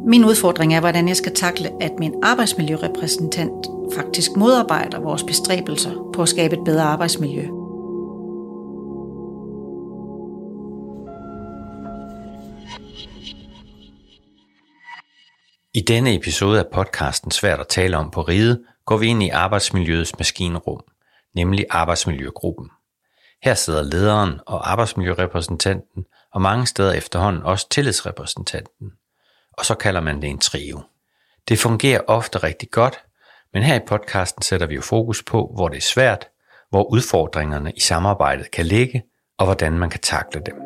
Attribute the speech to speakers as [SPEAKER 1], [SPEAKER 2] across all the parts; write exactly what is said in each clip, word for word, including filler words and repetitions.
[SPEAKER 1] Min udfordring er, hvordan jeg skal takle, at min arbejdsmiljørepræsentant faktisk modarbejder vores bestræbelser på at skabe et bedre arbejdsmiljø.
[SPEAKER 2] I denne episode af podcasten Svært at tale om på Riget, går vi ind i arbejdsmiljøets maskinrum, nemlig arbejdsmiljøgruppen. Her sidder lederen og arbejdsmiljørepræsentanten, og mange steder efterhånden også tillidsrepræsentanten. Og så kalder man det en trio. Det fungerer ofte rigtig godt, men her i podcasten sætter vi jo fokus på, hvor det er svært, hvor udfordringerne i samarbejdet kan ligge, og hvordan man kan takle dem.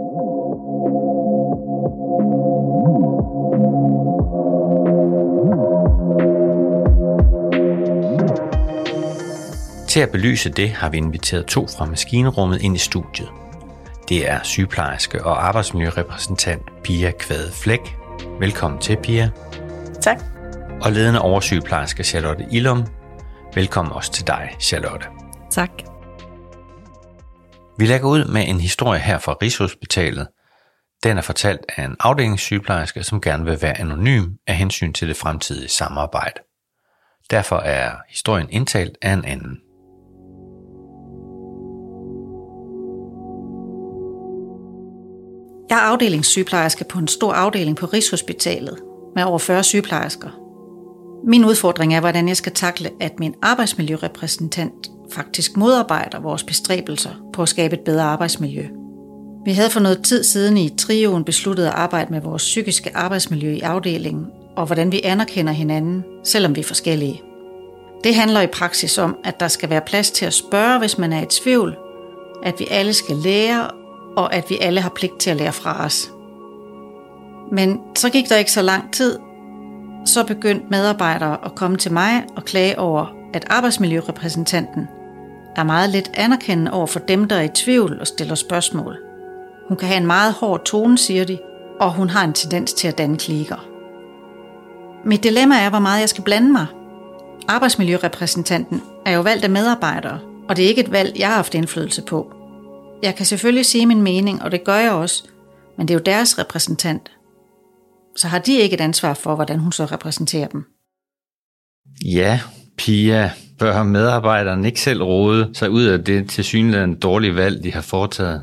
[SPEAKER 2] Til at belyse det har vi inviteret to fra maskinrummet ind i studiet. Det er sygeplejerske og arbejdsmiljørepræsentant Pia Kvade Flæk. Velkommen til, Pia.
[SPEAKER 3] Tak.
[SPEAKER 2] Og ledende oversygeplejerske Charlotte Illum. Velkommen også til dig, Charlotte.
[SPEAKER 3] Tak.
[SPEAKER 2] Vi lægger ud med en historie her fra Rigshospitalet. Den er fortalt af en afdelingssygeplejerske, som gerne vil være anonym af hensyn til det fremtidige samarbejde. Derfor er historien indtalt af en anden.
[SPEAKER 1] Jeg er afdelingssygeplejerske på en stor afdeling på Rigshospitalet med over fyrre sygeplejersker. Min udfordring er, hvordan jeg skal takle, at min arbejdsmiljørepræsentant faktisk modarbejder vores bestræbelser på at skabe et bedre arbejdsmiljø. Vi havde for noget tid siden i trioen besluttet at arbejde med vores psykiske arbejdsmiljø i afdelingen, og hvordan vi anerkender hinanden, selvom vi er forskellige. Det handler i praksis om, at der skal være plads til at spørge, hvis man er i tvivl, at vi alle skal lære, og at vi alle har pligt til at lære fra os. Men så gik der ikke så lang tid, så begyndte medarbejdere at komme til mig og klage over, at arbejdsmiljørepræsentanten er meget lidt anerkendende over for dem, der er i tvivl og stiller spørgsmål. Hun kan have en meget hård tone, siger de, og hun har en tendens til at danne klikker. Mit dilemma er, hvor meget jeg skal blande mig. Arbejdsmiljørepræsentanten er jo valgt af medarbejdere, og det er ikke et valg, jeg har haft indflydelse på. Jeg kan selvfølgelig sige min mening, og det gør jeg også, men det er jo deres repræsentant. Så har de ikke et ansvar for, hvordan hun så repræsenterer dem?
[SPEAKER 2] Ja, Pia, bør medarbejderne ikke selv rode sig ud af det tilsyneladende dårlige valg, de har foretaget?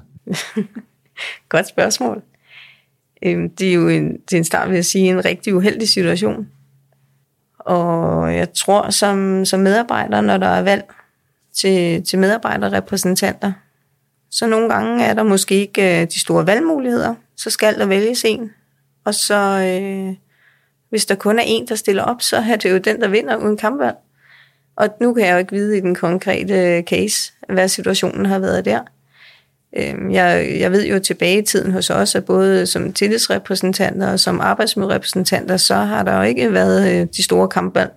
[SPEAKER 3] Godt spørgsmål. Det er jo en, til en start, vil jeg sige, en rigtig uheldig situation. Og jeg tror, som, som medarbejder, når der er valg til, til medarbejderrepræsentanter, så nogle gange er der måske ikke de store valgmuligheder, så skal der vælges en. Og så øh, hvis der kun er en, der stiller op, så er det jo den, der vinder uden kampvalg. Og nu kan jeg jo ikke vide i den konkrete case, hvad situationen har været der. Øh, jeg, jeg ved jo tilbage i tiden hos os, at både som tillidsrepræsentanter og som arbejdsmiljørepræsentanter, så har der jo ikke været øh, de store kampvalg.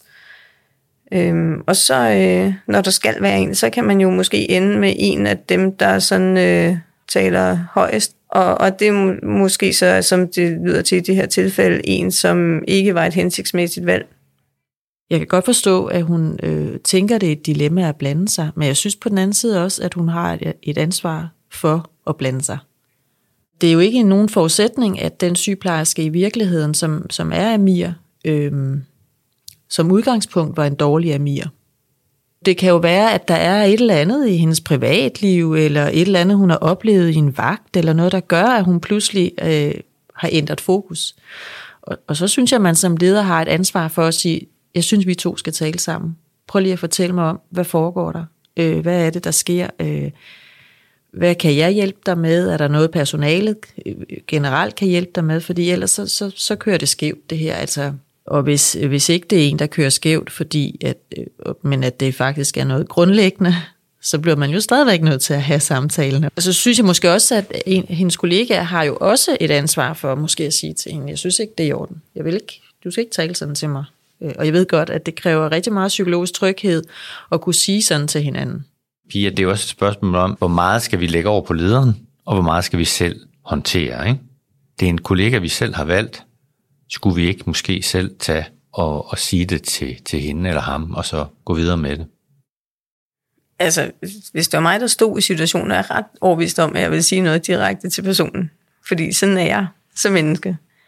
[SPEAKER 3] Øhm, og så, øh, når der skal være en, så kan man jo måske ende med en af dem, der sådan øh, taler højest. Og, og det er må, måske så, som det lyder til i det her tilfælde, en, som ikke var et hensigtsmæssigt valg.
[SPEAKER 4] Jeg kan godt forstå, at hun øh, tænker, det er et dilemma at blande sig, men jeg synes på den anden side også, at hun har et, et ansvar for at blande sig. Det er jo ikke nogen forudsætning, at den sygeplejerske i virkeligheden, som, som er Amir, øh, som udgangspunkt var en dårlig Amir. Det kan jo være, at der er et eller andet i hendes privatliv, eller et eller andet, hun har oplevet i en vagt, eller noget, der gør, at hun pludselig øh, har ændret fokus. Og, og så synes jeg, at man som leder har et ansvar for at sige, jeg synes, vi to skal tale sammen. Prøv lige at fortælle mig om, hvad foregår der? Øh, hvad er det, der sker? Øh, hvad kan jeg hjælpe dig med? Er der noget, personalet generelt kan hjælpe dig med? Fordi ellers så, så, så kører det skævt, det her. Altså, og hvis, hvis ikke det er en, der kører skævt, fordi at, men at det faktisk er noget grundlæggende, så bliver man jo stadigvæk nødt til at have samtalerne. Og så synes jeg måske også, at en, hendes kollegaer har jo også et ansvar for måske at sige til hende, jeg synes ikke, det er i orden. Jeg vil ikke, du skal ikke tale sådan til mig. Og jeg ved godt, at det kræver rigtig meget psykologisk tryghed at kunne sige sådan til hinanden.
[SPEAKER 2] Pia, det er også et spørgsmål om, hvor meget skal vi lægge over på lederen, og hvor meget skal vi selv håndtere, ikke? Det er en kollega, vi selv har valgt. Skulle vi ikke måske selv tage og, og sige det til, til hende eller ham, og så gå videre med det?
[SPEAKER 3] Altså, hvis det var mig, der stod i situationen, er jeg ret overbevist om, at jeg vil sige noget direkte til personen. Fordi sådan er jeg som menneske.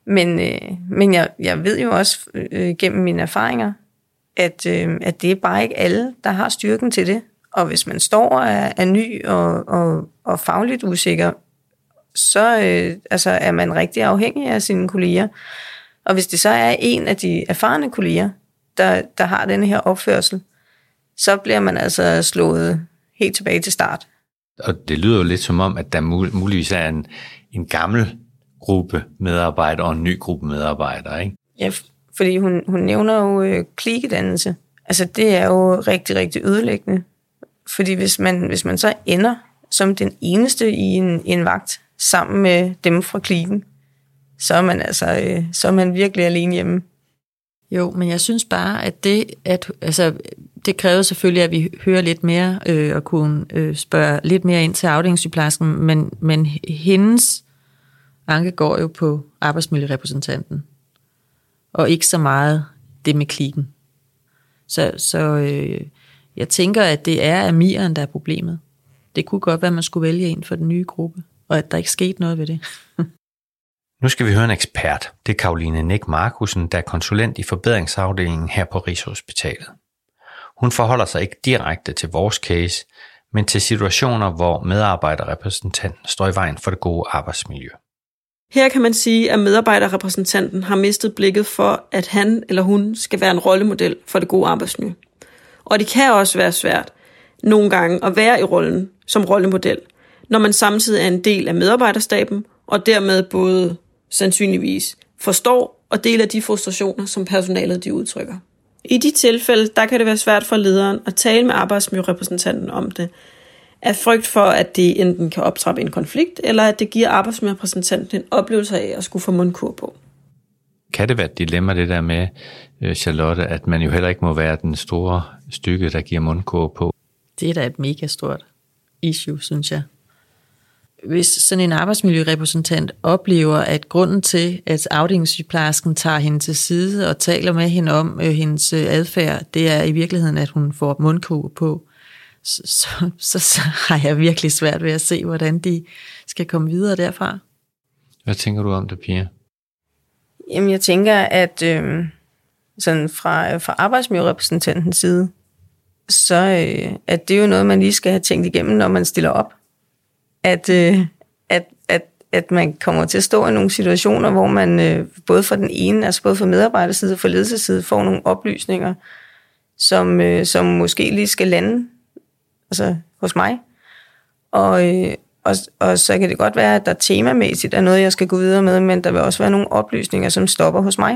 [SPEAKER 3] Men, øh, men jeg, jeg ved jo også øh, gennem mine erfaringer, at, øh, at det er bare ikke alle, der har styrken til det. Og hvis man står og er, er ny og, og, og fagligt usikker, så øh, altså er man rigtig afhængig af sine kolleger. Og hvis det så er en af de erfarne kolleger, der, der har denne her opførsel, så bliver man altså slået helt tilbage til start.
[SPEAKER 2] Og det lyder jo lidt som om, at der mul- muligvis er en, en gammel gruppe medarbejdere og en ny gruppe medarbejdere, ikke?
[SPEAKER 3] Ja, fordi hun, hun nævner jo øh, klikedannelse. Altså det er jo rigtig, rigtig ødelæggende. Fordi hvis man, hvis man så ender som den eneste i en, en vagt sammen med dem fra kliken, så er man altså øh, så er man virkelig alene hjemme.
[SPEAKER 4] Jo, men jeg synes bare, at det, at, altså, det kræver selvfølgelig, at vi hører lidt mere øh, og kunne øh, spørge lidt mere ind til afdelingssygeplejersken, men, men hendes anke går jo på arbejdsmiljørepræsentanten, og ikke så meget det med kliken. Så, så øh, jeg tænker, at det er Amiren, der er problemet. Det kunne godt være, at man skulle vælge en for den nye gruppe, og at der ikke skete noget ved det.
[SPEAKER 2] Nu skal vi høre en ekspert. Det er Caroline Nick Markussen, der er konsulent i forbedringsafdelingen her på Rigshospitalet. Hun forholder sig ikke direkte til vores case, men til situationer, hvor medarbejderrepræsentanten står i vejen for det gode arbejdsmiljø.
[SPEAKER 5] Her kan man sige, at medarbejderrepræsentanten har mistet blikket for, at han eller hun skal være en rollemodel for det gode arbejdsmiljø. Og det kan også være svært nogle gange at være i rollen som rollemodel, når man samtidig er en del af medarbejderstaben, og dermed både sandsynligvis forstår og deler de frustrationer, som personalet de udtrykker. I de tilfælde, der kan det være svært for lederen at tale med arbejdsmiljørepræsentanten om det, af frygt for, at det enten kan optrappe en konflikt, eller at det giver arbejdsmiljørepræsentanten en oplevelse af at skulle få mundkur på.
[SPEAKER 2] Kan det være et dilemma, det der med, Charlotte, at man jo heller ikke må være den store stykke, der giver mundkur på?
[SPEAKER 4] Det er da et mega stort issue, synes jeg. Hvis sådan en arbejdsmiljørepræsentant oplever, at grunden til, at afdelingssygeplejersken tager hende til side og taler med hende om øh, hendes adfærd, det er i virkeligheden, at hun får mundkur på, så, så, så, så har jeg virkelig svært ved at se, hvordan de skal komme videre derfra.
[SPEAKER 2] Hvad tænker du om det, Pia?
[SPEAKER 3] Jamen, jeg tænker, at øh, sådan fra, fra arbejdsmiljørepræsentantens side, så øh, at det er jo noget, man lige skal have tænkt igennem, når man stiller op. At, øh, at, at, at man kommer til at stå i nogle situationer, hvor man øh, både fra den ene, altså både fra medarbejderside og fra ledelsesside, får nogle oplysninger, som, øh, som måske lige skal lande altså, hos mig. Og, øh, og, og så kan det godt være, at der temamæssigt er noget, jeg skal gå videre med, men der vil også være nogle oplysninger, som stopper hos mig.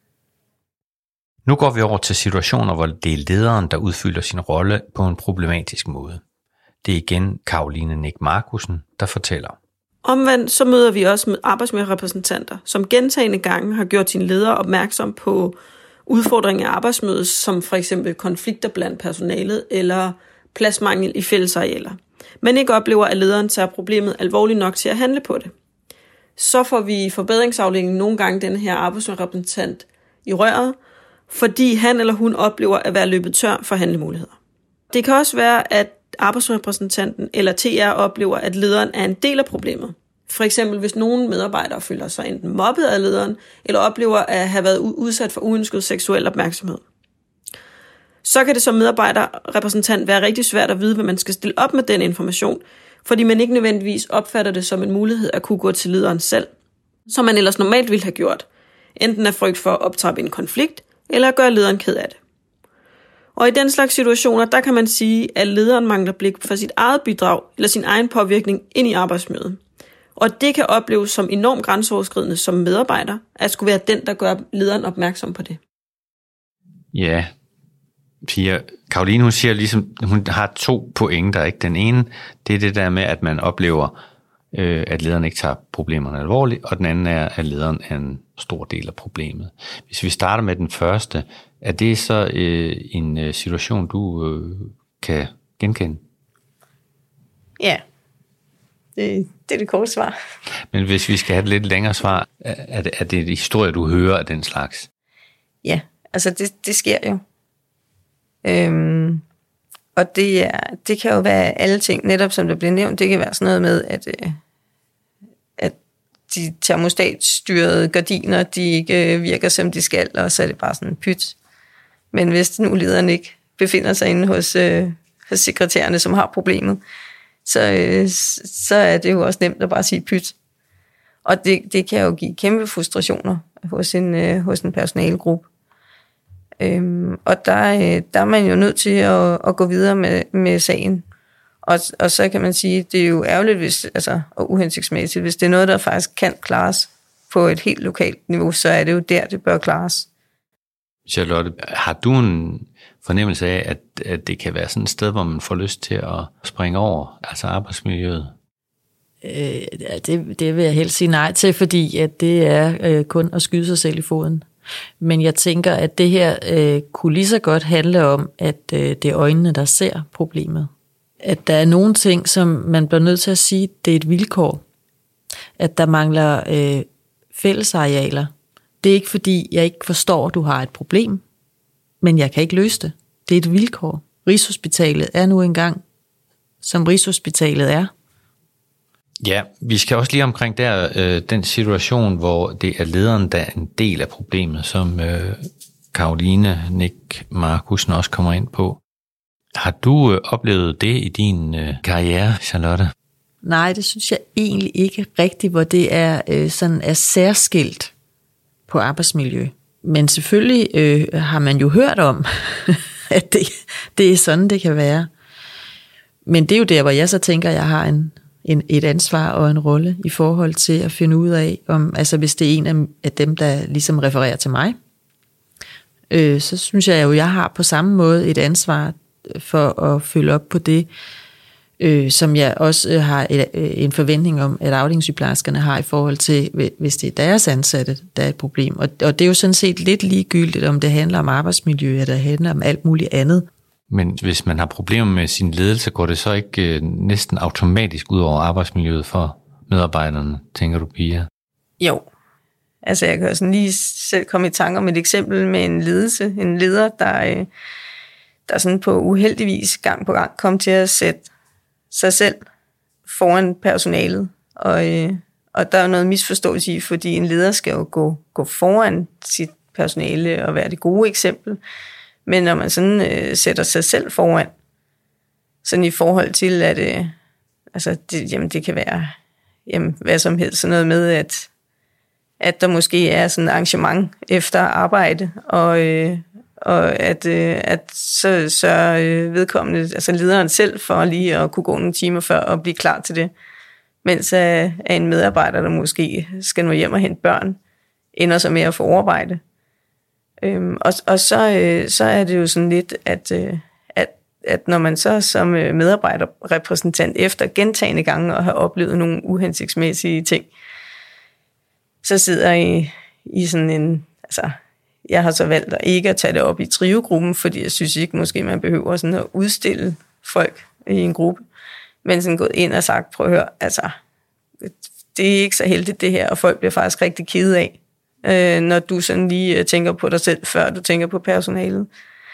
[SPEAKER 2] Nu går vi over til situationer, hvor det er lederen, der udfylder sin rolle på en problematisk måde. Det er igen Caroline Nick Markussen, der fortæller.
[SPEAKER 5] Omvendt så møder vi også med arbejdsmiljørepræsentanter, som gentagne gange har gjort sine ledere opmærksom på udfordringer af arbejdsmødet, som for eksempel konflikter blandt personalet eller pladsmangel i fællesarealer, men ikke oplever, at lederen tager problemet alvorligt nok til at handle på det. Så får vi i forbedringsafdelingen nogle gange den her arbejdsmiljørepræsentant i røret, fordi han eller hun oplever at være løbet tør for handlemuligheder. Det kan også være, at arbejdsrepræsentanten eller T R oplever, at lederen er en del af problemet. For eksempel hvis nogle medarbejdere føler sig enten mobbet af lederen, eller oplever at have været udsat for uønsket seksuel opmærksomhed. Så kan det som medarbejderrepræsentant være rigtig svært at vide, hvad man skal stille op med den information, fordi man ikke nødvendigvis opfatter det som en mulighed at kunne gå til lederen selv, som man ellers normalt ville have gjort, enten af frygt for at optrappe en konflikt, eller at gøre lederen ked af det. Og i den slags situationer, der kan man sige, at lederen mangler blik for sit eget bidrag eller sin egen påvirkning ind i arbejdsmødet. Og det kan opleves som enormt grænseoverskridende som medarbejder, at skulle være den, der gør lederen opmærksom på det.
[SPEAKER 2] Ja, Pia, Caroline, hun siger ligesom, hun har to pointer, ikke? Den ene, det er det der med, at man oplever, øh, at lederen ikke tager problemerne alvorligt, og den anden er, at lederen er en stor del af problemet. Hvis vi starter med den første, er det så øh, en øh, situation, du øh, kan genkende?
[SPEAKER 3] Ja, det, det er det korte svar.
[SPEAKER 2] Men hvis vi skal have et lidt længere svar, er det, er det en historie, du hører af den slags?
[SPEAKER 3] Ja, altså det, det sker jo. Øhm, og det, er, det kan jo være alle ting, netop som der bliver nævnt. Det kan være sådan noget med, at, øh, at de termostatstyrede gardiner, de ikke øh, virker, som de skal, og så er det bare sådan en pyt. Men hvis nu lederen ikke befinder sig inde hos, øh, hos sekretærerne, som har problemet, så, øh, så er det jo også nemt at bare sige pyt. Og det, det kan jo give kæmpe frustrationer hos en, øh, hos en personalegruppe. Øhm, og der, øh, der er man jo nødt til at, at gå videre med, med sagen. Og, og så kan man sige, det er jo ærgerligt hvis, altså, og uhensigtsmæssigt. Hvis det er noget, der faktisk kan klares på et helt lokalt niveau, så er det jo der, det bør klares.
[SPEAKER 2] Charlotte, har du en fornemmelse af, at, at det kan være sådan et sted, hvor man får lyst til at springe over, altså arbejdsmiljøet?
[SPEAKER 4] Øh, det, det vil jeg helst sige nej til, fordi at det er øh, kun at skyde sig selv i foden. Men jeg tænker, at det her øh, kunne lige så godt handle om, at øh, det er øjnene, der ser problemet. At der er nogle ting, som man bliver nødt til at sige, det er et vilkår. At der mangler øh, fællesarealer. Det er ikke fordi, jeg ikke forstår, at du har et problem, men jeg kan ikke løse det. Det er et vilkår. Rigshospitalet er nu engang, som Rigshospitalet er.
[SPEAKER 2] Ja, vi skal også lige omkring der, øh, den situation, hvor det er lederen, der er en del af problemet, som øh, Caroline Nick Markussen også kommer ind på. Har du øh, oplevet det i din øh, karriere, Charlotte?
[SPEAKER 4] Nej, det synes jeg egentlig ikke rigtigt, hvor det er øh, sådan er særskilt på arbejdsmiljø. Men selvfølgelig øh, har man jo hørt om, at det, det er sådan, det kan være. Men det er jo der, hvor jeg så tænker, at jeg har en, en, et ansvar og en rolle i forhold til at finde ud af, om, altså hvis det er en af, af dem, der ligesom refererer til mig, øh, så synes jeg jo, at jeg har på samme måde et ansvar for at følge op på det, øh, som jeg også har et, en forventning om, at afdelingssygeplejerskerne har i forhold til, hvis det er deres ansatte, der er et problem. Og, og det er jo sådan set lidt ligegyldigt, om det handler om arbejdsmiljø, eller det handler om alt muligt andet.
[SPEAKER 2] Men hvis man har problemer med sin ledelse, går det så ikke øh, næsten automatisk ud over arbejdsmiljøet for medarbejderne, tænker du, Pia?
[SPEAKER 3] Jo. Altså jeg kan sådan lige selv komme i tanke om et eksempel med en ledelse, en leder, der, der sådan på uheldigvis gang på gang kom til at sætte sig selv foran personalet. Og, og der er jo noget misforståelse i, fordi en leder skal jo gå, gå foran sit personale og være det gode eksempel. Men når man sådan øh, sætter sig selv foran, sådan i forhold til, at øh, altså det, jamen, det kan være jamen, hvad som helst, sådan noget med, at, at der måske er sådan et arrangement efter arbejde, og, øh, og at, øh, at så sørger øh, vedkommende, altså lederen selv, for lige at kunne gå nogle timer før og blive klar til det, mens øh, en medarbejder, der måske skal nå hjem og hente børn, ender så med at få overarbejde. Øhm, og og så, øh, så er det jo sådan lidt, at, øh, at, at når man så som medarbejderrepræsentant efter gentagne gange og har oplevet nogle uhensigtsmæssige ting, så sidder I i sådan en, altså jeg har så valgt at ikke at tage det op i triogruppen, fordi jeg synes ikke måske man behøver sådan at udstille folk i en gruppe, men sådan gået ind og sagt, prøv at høre, altså det er ikke så heldigt det her, og folk bliver faktisk rigtig kede af, når du sådan lige tænker på dig selv, før du tænker på personalet.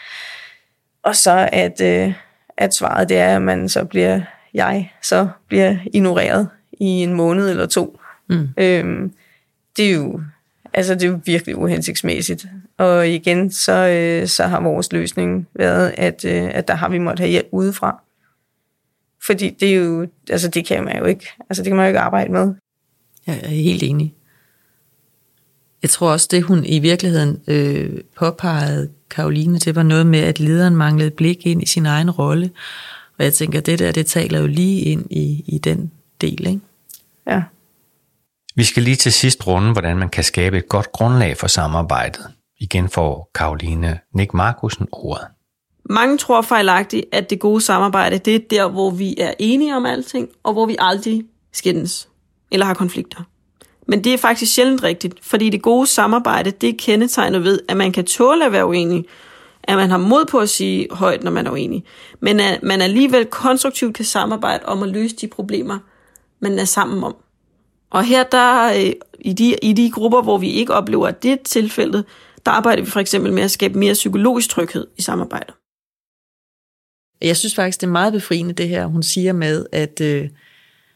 [SPEAKER 3] Og så at, at svaret det er, at man så bliver, jeg så bliver ignoreret i en måned eller to. Mm. Øhm, det er jo altså det er jo virkelig uhensigtsmæssigt. Og igen, så, så har vores løsning været, at, at der har vi måttet have hjælp udefra. Fordi det er jo, altså det kan man jo ikke, altså det kan man jo ikke arbejde med.
[SPEAKER 4] Jeg er helt enig. Jeg tror også, det hun i virkeligheden øh, påpegede Caroline, det var noget med, at lederen manglede blik ind i sin egen rolle. Og jeg tænker, det der, det taler jo lige ind i, i den del, ikke?
[SPEAKER 3] Ja.
[SPEAKER 2] Vi skal lige til sidst runde, hvordan man kan skabe et godt grundlag for samarbejdet. Igen får Caroline Nick Markussen ordet.
[SPEAKER 5] Mange tror fejlagtigt, at det gode samarbejde, det er der, hvor vi er enige om alting, og hvor vi aldrig skændes eller har konflikter. Men det er faktisk sjældent rigtigt, fordi det gode samarbejde, det er kendetegnet ved, at man kan tåle at være uenig, at man har mod på at sige højt, når man er uenig, men at man alligevel konstruktivt kan samarbejde om at løse de problemer, man er sammen om. Og her der, i de, i de grupper, hvor vi ikke oplever, at det er tilfældet, der arbejder vi for eksempel med at skabe mere psykologisk tryghed i samarbejdet.
[SPEAKER 4] Jeg synes faktisk, det er meget befriende det her, hun siger med, at, øh,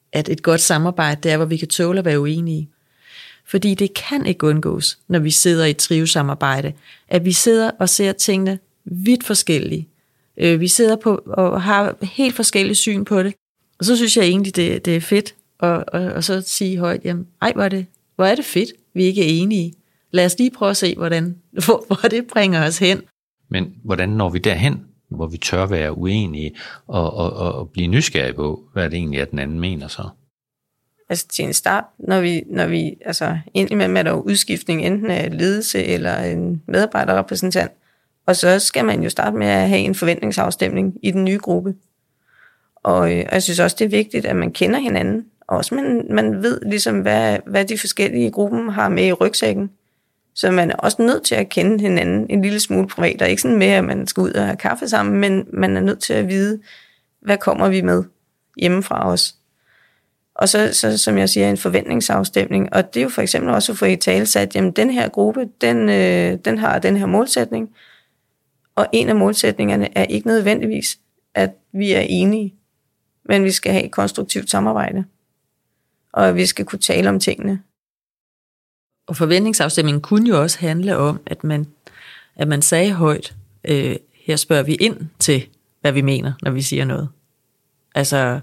[SPEAKER 4] at et godt samarbejde, det er, hvor vi kan tåle at være uenige. Fordi det kan ikke undgås, når vi sidder i et trivesamarbejde, at vi sidder og ser tingene vidt forskellige. Vi sidder på og har helt forskellige syn på det. Og så synes jeg egentlig, det, det er fedt at, at, at så sige højt, jamen, ej, hvor er, det, hvor er det fedt, vi ikke er enige. Lad os lige prøve at se, hvordan, hvor, hvor det bringer os hen.
[SPEAKER 2] Men hvordan når vi derhen, hvor vi tør være uenige og, og, og, og blive nysgerrige på, hvad det egentlig er, den anden mener så?
[SPEAKER 3] Altså til en start, når vi, når vi altså indimellem er der jo udskiftning enten af ledelse eller en medarbejderrepræsentant, og så skal man jo starte med at have en forventningsafstemning i den nye gruppe. Og, øh, og jeg synes også, det er vigtigt, at man kender hinanden, og også man, man ved ligesom, hvad, hvad de forskellige i gruppen har med i rygsækken. Så man er også nødt til at kende hinanden en lille smule privat, og ikke sådan med, at man skal ud og have kaffe sammen, men man er nødt til at vide, hvad kommer vi med hjemmefra os. Og så, så som jeg siger, en forventningsafstemning, og det er jo for eksempel også at få i tale sat, jamen den her gruppe, den, øh, den har den her målsætning, og en af målsætningerne er ikke nødvendigvis, at vi er enige, men vi skal have et konstruktivt samarbejde, og vi skal kunne tale om tingene.
[SPEAKER 4] Og forventningsafstemningen kunne jo også handle om, at man, at man sagde højt, øh, her spørger vi ind til, hvad vi mener, når vi siger noget. Altså,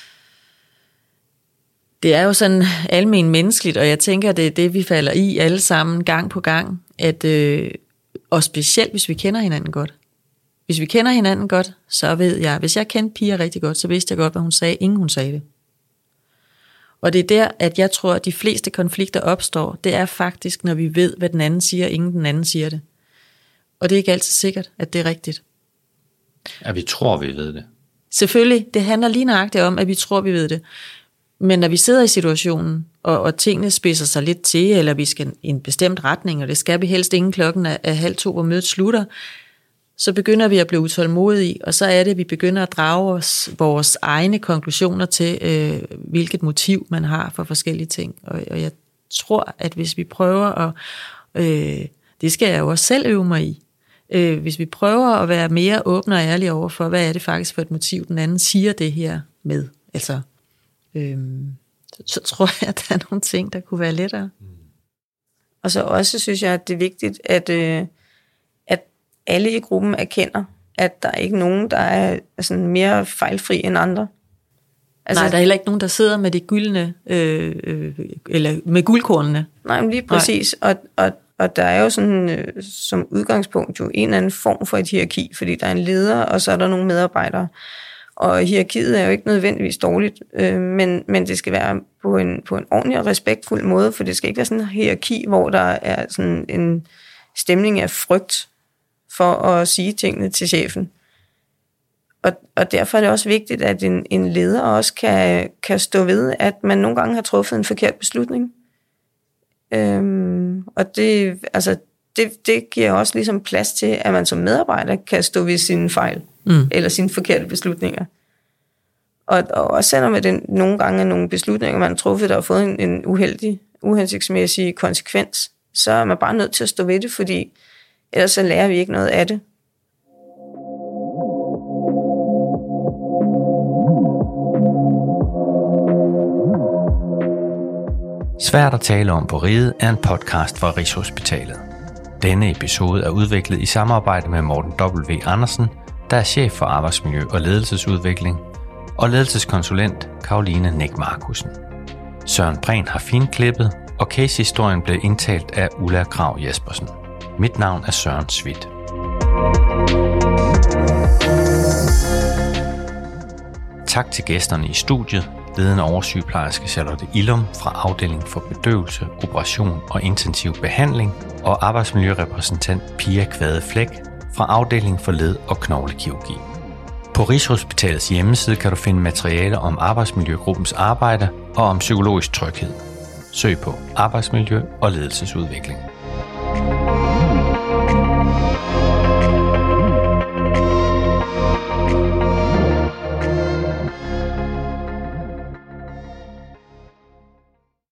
[SPEAKER 4] det er jo sådan almen menneskeligt, og jeg tænker, det er det, vi falder i alle sammen gang på gang, at, øh, og specielt hvis vi kender hinanden godt. Hvis vi kender hinanden godt, så ved jeg, hvis jeg kendte Pia rigtig godt, så vidste jeg godt, hvad hun sagde, inden hun sagde det. Og det er der, at jeg tror, at de fleste konflikter opstår, det er faktisk, når vi ved, hvad den anden siger, inden den anden siger det. Og det er ikke altid sikkert, at det er rigtigt.
[SPEAKER 2] At vi tror, vi ved det.
[SPEAKER 4] Selvfølgelig, det handler lige nøjagtigt om, at vi tror, vi ved det. Men når vi sidder i situationen, og, og tingene spidser sig lidt til, eller vi skal i en bestemt retning, og det skal vi helst inden klokken er, er halv to, hvor mødet slutter, så begynder vi at blive utålmodige, og så er det, at vi begynder at drage os vores egne konklusioner til, øh, hvilket motiv man har for forskellige ting. Og, og jeg tror, at hvis vi prøver at, øh, det skal jeg jo også selv øve mig i, øh, hvis vi prøver at være mere åbne og ærlige over for, hvad er det faktisk for et motiv, den anden siger det her med, altså, øh, så, så tror jeg, at der er nogle ting, der kunne være lettere.
[SPEAKER 3] Og så også synes jeg, at det er vigtigt, at øh, alle i gruppen erkender, at der er ikke nogen, der er sådan mere fejlfri end andre.
[SPEAKER 4] Altså, nej, der er heller ikke nogen, der sidder med de gyldne, øh, øh, eller med guldkornene.
[SPEAKER 3] Nej, men lige præcis. Og, og, og der er jo sådan, øh, som udgangspunkt jo en eller anden form for et hierarki, fordi der er en leder, og så er der nogle medarbejdere. Og hierarkiet er jo ikke nødvendigvis dårligt, øh, men, men det skal være på en, på en ordentlig og respektfuld måde, for det skal ikke være sådan en hierarki, hvor der er sådan en stemning af frygt, for at sige tingene til chefen. Og, og derfor er det også vigtigt, at en, en leder også kan, kan stå ved, at man nogle gange har truffet en forkert beslutning. Øhm, og det, altså, det, det giver også ligesom plads til, at man som medarbejder kan stå ved sine fejl, mm. eller sine forkerte beslutninger. Og, og også selvom det nogle gange er nogle beslutninger, man har truffet, der har fået en, en uheldig, uhensigtsmæssig konsekvens, så er man bare nødt til at stå ved det, fordi ellers så lærer vi ikke noget af det.
[SPEAKER 2] Svært at tale om på Riget er en podcast fra Rigshospitalet. Denne episode er udviklet i samarbejde med Morten W. Andersen, der er chef for arbejdsmiljø og ledelsesudvikling, og ledelseskonsulent Caroline Nick Markussen. Søren Prehn har finklippet, og case-historien blev indtalt af Ulla Krag Jespersen. Mit navn er Søren Svit. Tak til gæsterne i studiet, ledende oversygeplejerske Charlotte Illum fra afdeling for bedøvelse, operation og intensiv behandling, og arbejdsmiljørepræsentant Pia Kvade Flæk fra afdeling for led- og knoglekirurgi. På Rigshospitalets hjemmeside kan du finde materiale om arbejdsmiljøgruppens arbejde og om psykologisk tryghed. Søg på arbejdsmiljø og ledelsesudvikling.